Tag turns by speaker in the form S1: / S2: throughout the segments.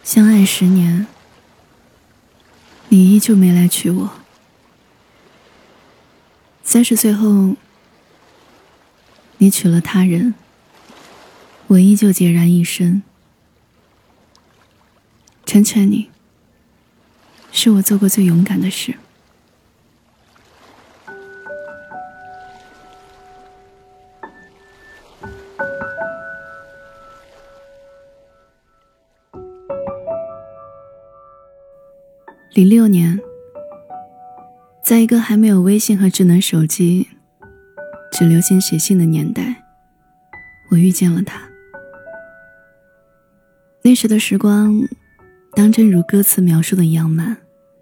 S1: 相爱10年，你依旧没来娶我。30岁后，你娶了他人，我依旧孑然一身。成全你，是我做过最勇敢的事。06年，在一个还没有微信和智能手机，只流行写信的年代，我遇见了他。那时的时光当真如歌词描述的一样慢。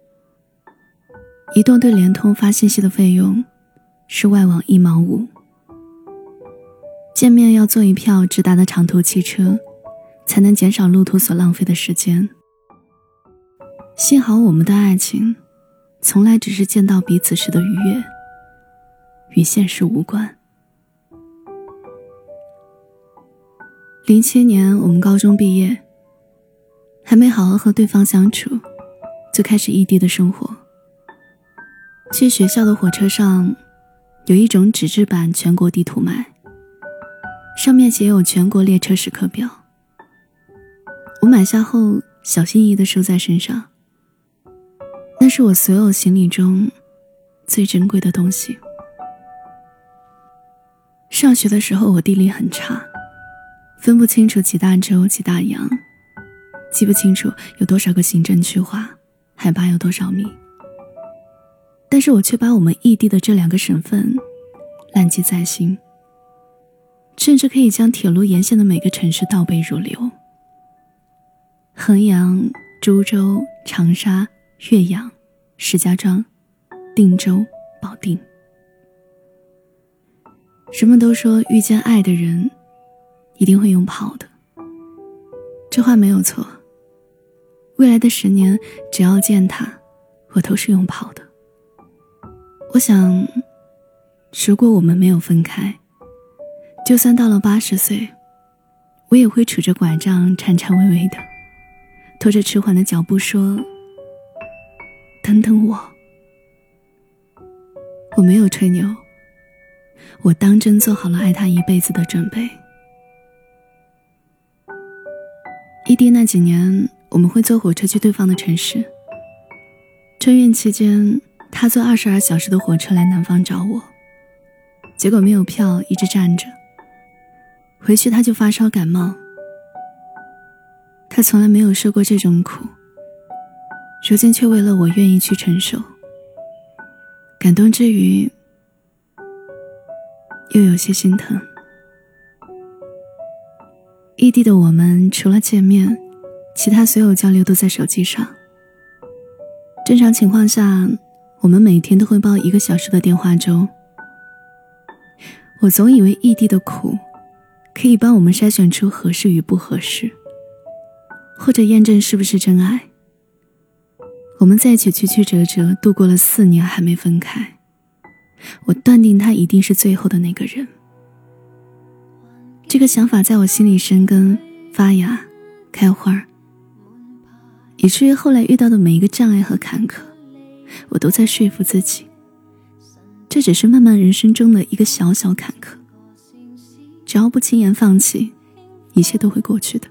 S1: 移动对联通发信息的费用是外网1毛5，见面要坐一票直达的长途汽车，才能减少路途所浪费的时间。幸好我们的爱情从来只是见到彼此时的愉悦，与现实无关。07年我们高中毕业，还没好好和对方相处，就开始异地的生活。去学校的火车上有一种纸质版全国地图卖，上面写有全国列车时刻表。我买下后小心翼翼地收在身上，那是我所有行李中最珍贵的东西。上学的时候我地理很差，分不清楚几大洲几大洋，记不清楚有多少个行政区划，海拔有多少米。但是我却把我们异地的这2个省份烂记在心，甚至可以将铁路沿线的每个城市倒背如流。衡阳、株洲、长沙、岳阳、石家庄、定州、保定。人们都说遇见爱的人一定会用跑的，这话没有错。未来的10年，只要见他，我都是用跑的。我想，如果我们没有分开，就算到了80岁，我也会杵着拐杖颤颤巍巍的，拖着迟缓的脚步说，等等我。我没有吹牛，我当真做好了爱他一辈子的准备。异地那几年，我们会坐火车去对方的城市。春运期间，他坐22小时的火车来南方找我，结果没有票，一直站着。回去他就发烧感冒。他从来没有受过这种苦，如今却为了我愿意去承受。感动之余，又有些心疼。异地的我们除了见面，其他所有交流都在手机上。正常情况下，我们每天都会煲1个小时的电话粥。我总以为异地的苦可以帮我们筛选出合适与不合适，或者验证是不是真爱。我们在一起曲曲折折度过了4年还没分开，我断定他一定是最后的那个人。这个想法在我心里生根发芽开花，以至于后来遇到的每一个障碍和坎坷，我都在说服自己，这只是漫漫人生中的一个小小坎坷，只要不轻言放弃，一切都会过去的。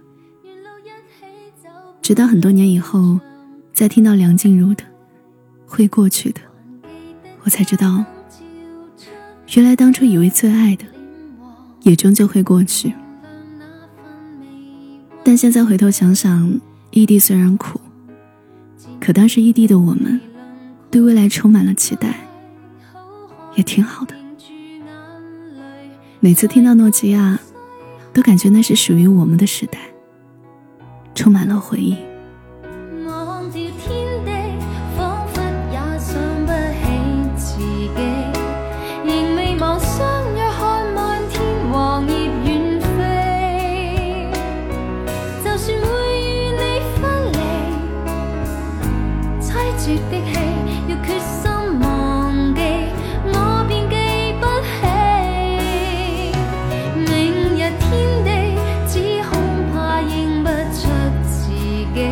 S1: 直到很多年以后，再听到梁静茹的会过去的，我才知道，原来当初以为最爱的也终究会过去。但现在回头想想，异地虽然苦，可当时异地的我们对未来充满了期待，也挺好的。每次听到诺基亚，都感觉那是属于我们的时代，充满了回忆。
S2: 明日天地，只恐怕認不出自己。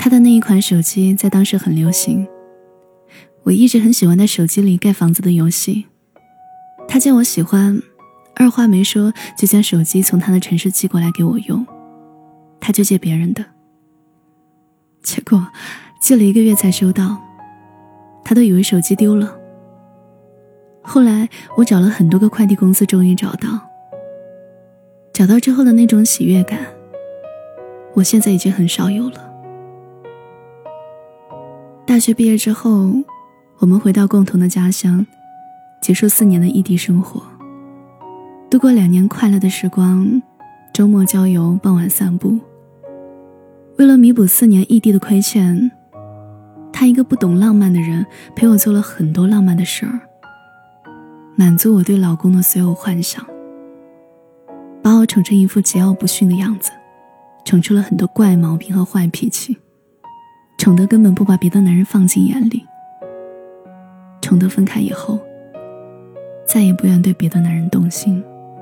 S1: 他的那一款手机在当时很流行，我一直很喜欢在手机里盖房子的游戏。他见我喜欢，二话没说就将手机从他的城市寄过来给我用，他就借别人的。结果寄了1个月才收到，他都以为手机丢了。后来我找了很多个快递公司，终于找到之后的那种喜悦感，我现在已经很少有了。大学毕业之后，我们回到共同的家乡，结束4年的异地生活，度过2年快乐的时光，周末郊游，傍晚散步。为了弥补4年异地的亏欠，他一个不懂浪漫的人陪我做了很多浪漫的事儿，满足我对老公的所有幻想，把我宠成一副桀骜不驯的样子，宠出了很多怪毛病和坏脾气，宠得根本不把别的男人放进眼里，宠得分开以后再也不愿对别的男人动心。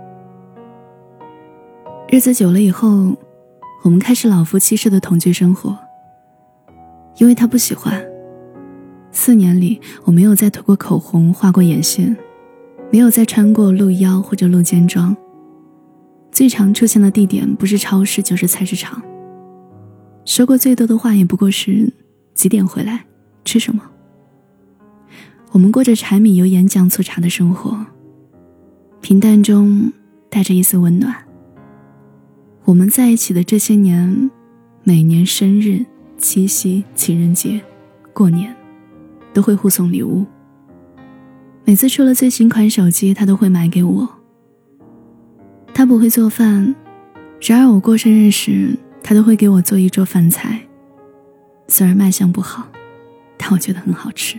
S1: 日子久了以后，我们开始老夫妻式的同居生活。因为他不喜欢，4年里我没有再涂过口红，画过眼线，没有再穿过露腰或者露肩装，最常出现的地点不是超市就是菜市场，说过最多的话也不过是几点回来，吃什么。我们过着柴米油盐酱醋茶的生活，平淡中带着一丝温暖。我们在一起的这些年，每年生日、七夕、情人节、过年都会互送礼物，每次出了最新款手机他都会买给我。他不会做饭，然而我过生日时他都会给我做一桌饭菜，虽然卖相不好，但我觉得很好吃。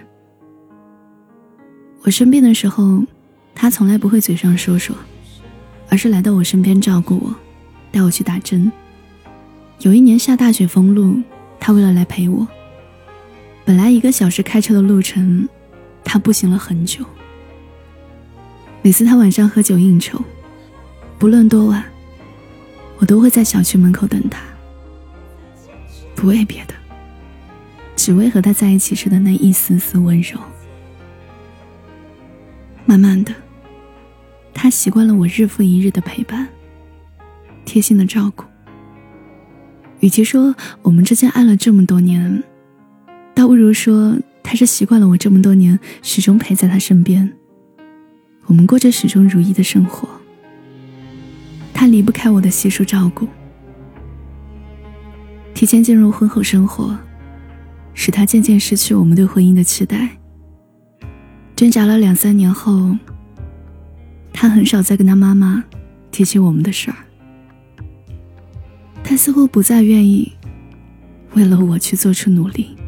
S1: 我生病的时候，他从来不会嘴上说说，而是来到我身边照顾我，带我去打针。有一年下大雪封路，他为了来陪我，本来1个小时开车的路程，他步行了很久。每次他晚上喝酒应酬，不论多晚，我都会在小区门口等他，不为别的，只为和他在一起时的那一丝丝温柔。慢慢的，他习惯了我日复一日的陪伴，贴心的照顾。与其说我们之间爱了这么多年，倒不如说他是习惯了我这么多年始终陪在他身边，我们过着始终如一的生活。他离不开我的悉数照顾。提前进入婚后生活，使他渐渐失去我们对婚姻的期待。挣扎了2-3年后，他很少再跟他妈妈提起我们的事儿。他似乎不再愿意为了我去做出努力。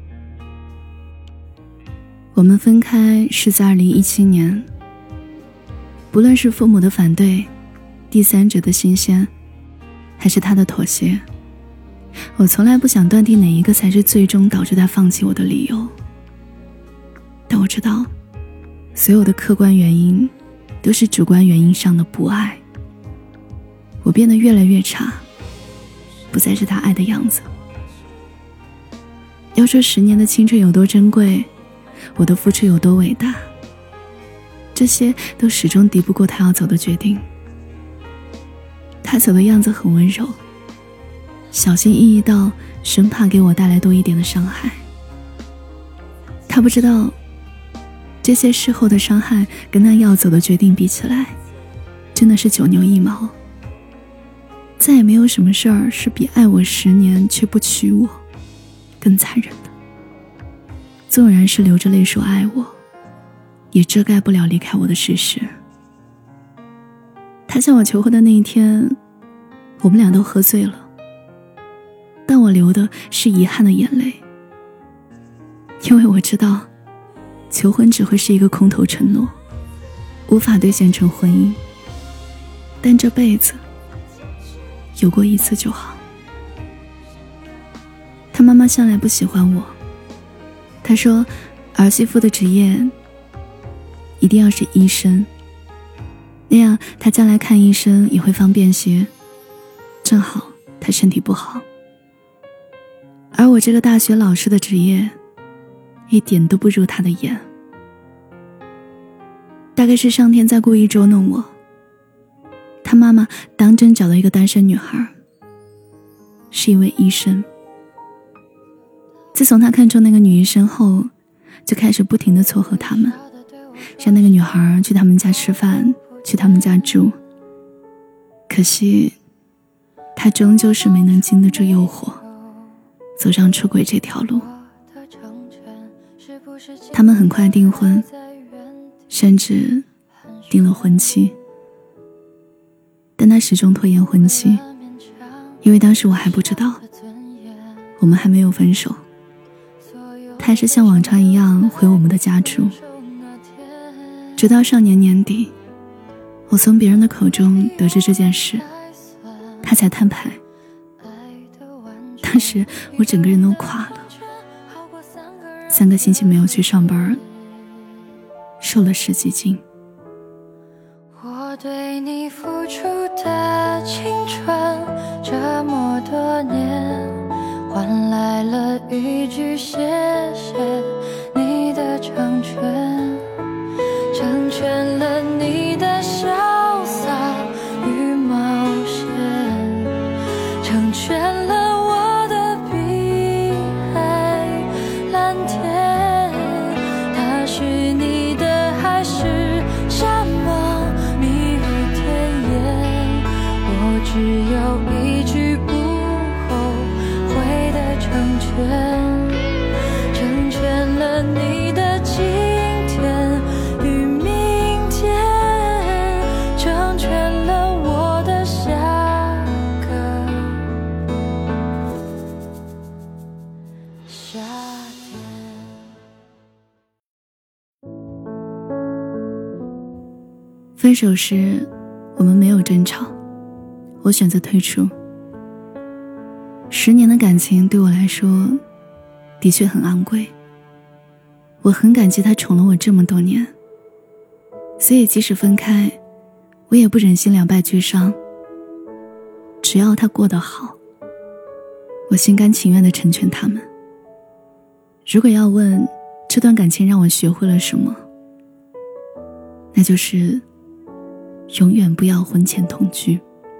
S1: 我们分开是在2017年，不论是父母的反对，第三者的新鲜，还是他的妥协，我从来不想断定哪一个才是最终导致他放弃我的理由。但我知道，所有的客观原因都是主观原因上的不爱。我变得越来越差，不再是他爱的样子。要说10年的青春有多珍贵，我的付出有多伟大，这些都始终敌不过他要走的决定。他走的样子很温柔，小心翼翼到生怕给我带来多一点的伤害。他不知道，这些事后的伤害跟他要走的决定比起来，真的是9牛1毛。再也没有什么事儿是比爱我10年却不娶我更残忍的。纵然是流着泪说爱我，也遮盖不了离开我的事实。他向我求婚的那一天，我们俩都喝醉了，但我流的是遗憾的眼泪，因为我知道求婚只会是一个空头承诺，无法兑现成婚姻，但这辈子有过一次就好。他妈妈向来不喜欢我，她说儿媳妇的职业一定要是医生，那样她将来看医生也会方便些，正好她身体不好。 而我这个大学老师的职业一点都不入他的眼。大概是上天在故意捉弄我，他妈妈当真找到一个单身女孩，是一位医生。自从他看中那个女医生后，就开始不停地撮合他们，让那个女孩去他们家吃饭，去他们家住。可惜他终究是没能经得住诱惑，走上出轨这条路。他们很快订婚，甚至定了婚期，但他始终拖延婚期，因为当时我还不知道，我们还没有分手。他还是像往常一样回我们的家住，直到上年年底，我从别人的口中得知这件事，他才摊牌。当时我整个人都垮了，3个星期没有去上班，瘦了10几斤。
S2: 我对你付出的青春这么多年，换来了一句谢谢你的成全，成全了你的潇洒与冒险，成全了我的碧海蓝天。它是你的还是沙漠蜜语甜言，我只有一句不后悔的成全了你的今天与明天，成全了我的下个夏天。
S1: 分手时我们没有争吵，我选择退出。10年的感情对我来说的确很昂贵，我很感激他宠了我这么多年，所以即使分开，我也不忍心两败俱伤。只要他过得好，我心甘情愿地成全他们。如果要问这段感情让我学会了什么，那就是永远不要婚前同居。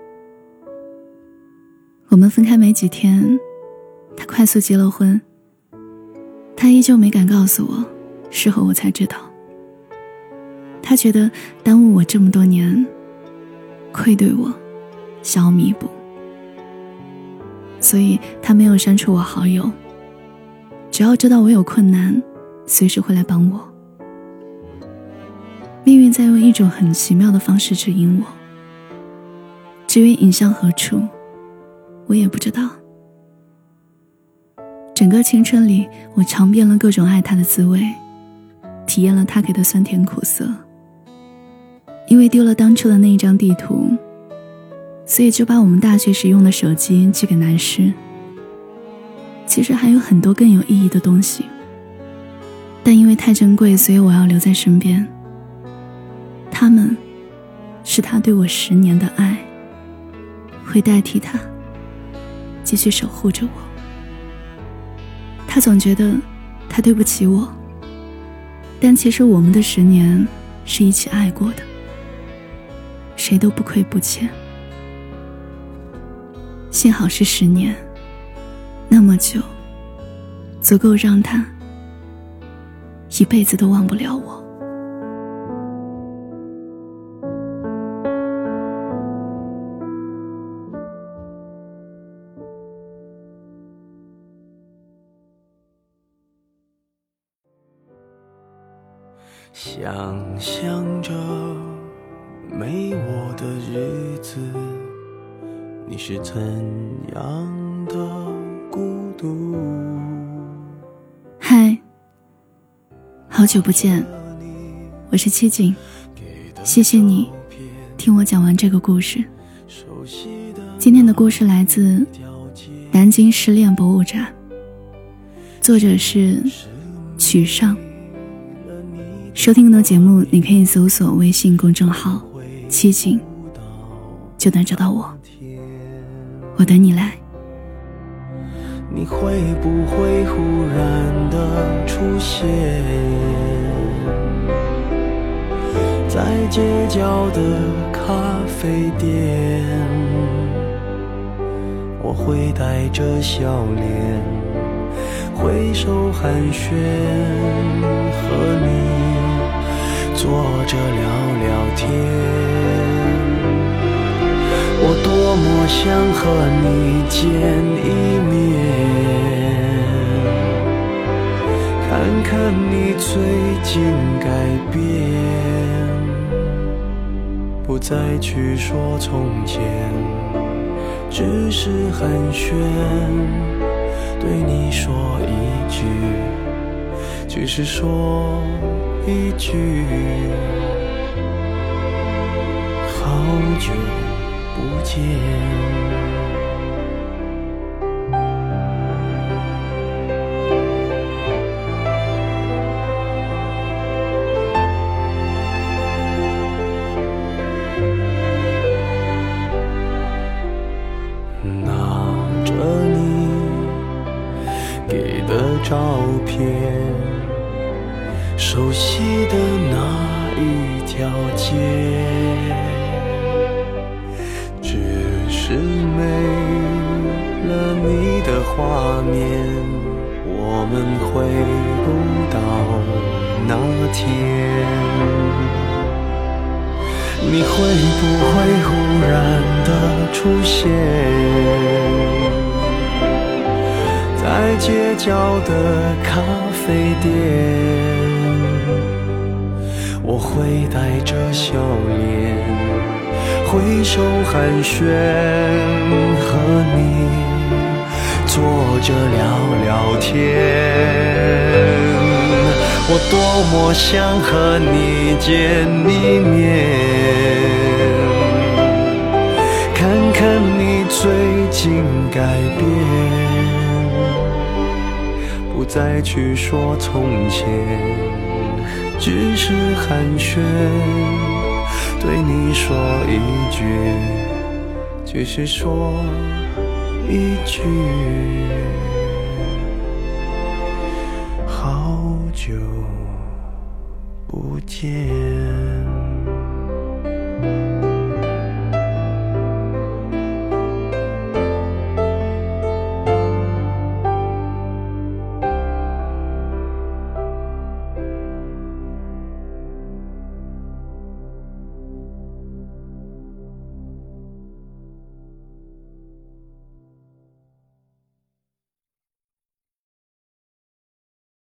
S1: 我们分开没几天，他快速结了婚，他依旧没敢告诉我，事后我才知道，他觉得耽误我这么多年，愧对我，想要弥补，所以他没有删除我好友，只要知道我有困难，随时会来帮我。命运在用一种很奇妙的方式指引我，至于引向何处，我也不知道。整个青春里，我尝遍了各种爱他的滋味，体验了他给的酸甜苦涩。因为丢了当初的那一张地图，所以就把我们大学时用的手机寄给男士。其实还有很多更有意义的东西，但因为太珍贵，所以我要留在身边。他们是他对我10年的爱，会代替他继续守护着我。他总觉得他对不起我，但其实我们的10年是一起爱过的，谁都不亏不欠。幸好是10年，那么久，足够让他一辈子都忘不了我。
S3: 想象着没我的日子，你是怎样的孤独。
S1: 嗨，好久不见，我是七景，谢谢你听我讲完这个故事。今天的故事来自南京失恋博物馆，作者是曲上。收听更多节目，你可以搜索微信公众号七景，就能找到我。我等你来。
S3: 你会不会忽然的出现在街角的咖啡店？我会带着笑脸挥手寒暄，和你坐着聊聊天。我多么想和你见一面，看看你最近改变，不再去说从前，只是寒暄，对你说一句，只是说一句，好久不见。拿着你给的照片，熟悉的那一条街，只是没了你的画面，我们回不到那天。你会不会忽然的出现在街角的咖啡店？我会带着笑脸挥手寒暄，和你坐着聊聊天。我多么想和你见一面，看看你最近改变，不再去说从前，只是寒暄，对你说一句，只是说一句，好久不见。